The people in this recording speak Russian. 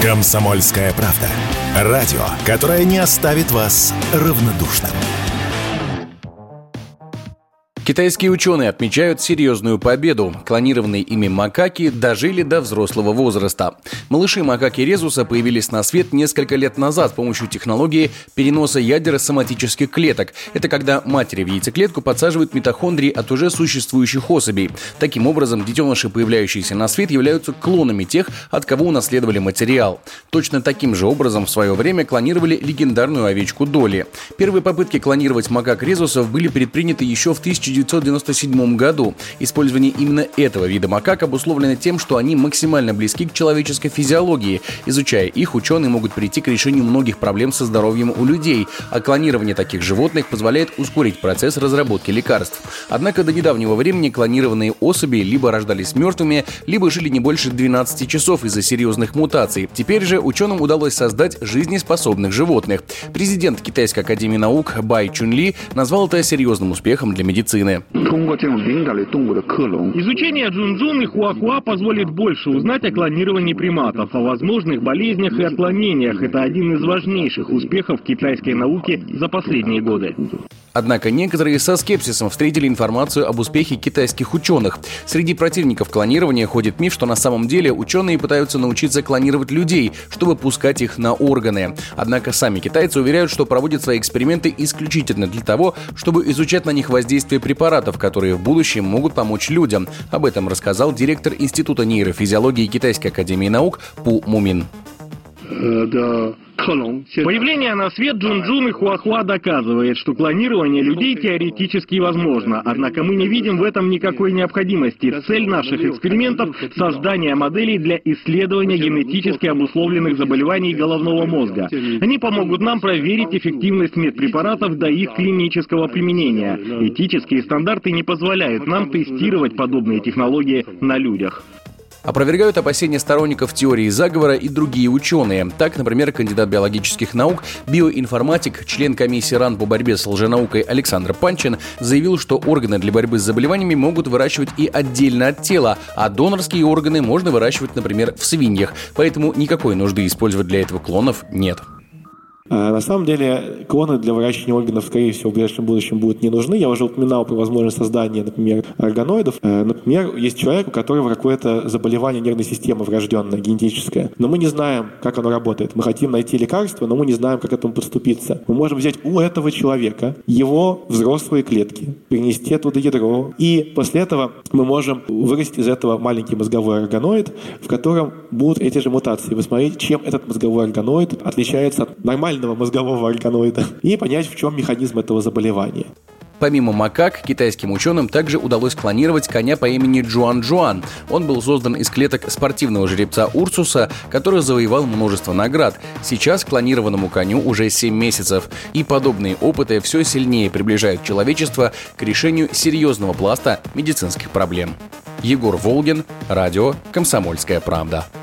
«Комсомольская правда». Радио, которое не оставит вас равнодушным. Китайские ученые отмечают серьезную победу. Клонированные ими макаки дожили до взрослого возраста. Малыши-макаки резуса появились на свет несколько лет назад с помощью технологии переноса ядер соматических клеток. Это когда матери в яйцеклетку подсаживают митохондрии от уже существующих особей. Таким образом, детеныши, появляющиеся на свет, являются клонами тех, от кого унаследовали материал. Точно таким же образом в свое время клонировали легендарную овечку Долли. Первые попытки клонировать макак резусов были предприняты еще в 1997 году. Использование именно этого вида макак обусловлено тем, что они максимально близки к человеческой физиологии. Изучая их, ученые могут прийти к решению многих проблем со здоровьем у людей, а клонирование таких животных позволяет ускорить процесс разработки лекарств. Однако до недавнего времени клонированные особи либо рождались мертвыми, либо жили не больше 12 часов из-за серьезных мутаций. Теперь же ученым удалось создать жизнеспособных животных. Президент Китайской академии наук Бай Чунли назвал это серьезным успехом для медицины. Изучение джун-джун и хуахуа позволит больше узнать о клонировании приматов, о возможных болезнях и отклонениях. Это один из важнейших успехов китайской науки за последние годы. Однако некоторые со скепсисом встретили информацию об успехе китайских ученых. Среди противников клонирования ходит миф, что на самом деле ученые пытаются научиться клонировать людей, чтобы пускать их на органы. Однако сами китайцы уверяют, что проводят свои эксперименты исключительно для того, чтобы изучать на них воздействие препаратов, которые в будущем могут помочь людям. Об этом рассказал директор Института нейрофизиологии Китайской академии наук Пу Мумин. Появление на свет джун-джун и хуахуа доказывает, что клонирование людей теоретически возможно. Однако мы не видим в этом никакой необходимости. Цель наших экспериментов – создание моделей для исследования генетически обусловленных заболеваний головного мозга. Они помогут нам проверить эффективность медпрепаратов до их клинического применения. Этические стандарты не позволяют нам тестировать подобные технологии на людях. Опровергают опасения сторонников теории заговора и другие ученые. Так, например, кандидат биологических наук, биоинформатик, член комиссии РАН по борьбе с лженаукой Александр Панчин заявил, что органы для борьбы с заболеваниями могут выращивать и отдельно от тела, а донорские органы можно выращивать, например, в свиньях. Поэтому никакой нужды использовать для этого клонов нет. На самом деле, клоны для выращивания органов, скорее всего, в ближайшем будущем будут не нужны. Я уже упоминал про возможность создания, например, органоидов. Например, есть человек, у которого какое-то заболевание нервной системы врожденное, генетическое. Но мы не знаем, как оно работает. Мы хотим найти лекарство, но мы не знаем, как к этому подступиться. Мы можем взять у этого человека его взрослые клетки, перенести оттуда ядро, и после этого мы можем вырастить из этого маленький мозговой органоид, в котором будут эти же мутации. Посмотреть, чем этот мозговой органоид отличается от нормального мозгового органоида, и понять, в чем механизм этого заболевания. Помимо макак, китайским ученым также удалось клонировать коня по имени Джуан-Джуан. Он был создан из клеток спортивного жеребца Урсуса, который завоевал множество наград. Сейчас клонированному коню уже 7 месяцев. И подобные опыты все сильнее приближают человечество к решению серьезного пласта медицинских проблем. Егор Волгин, радио «Комсомольская правда».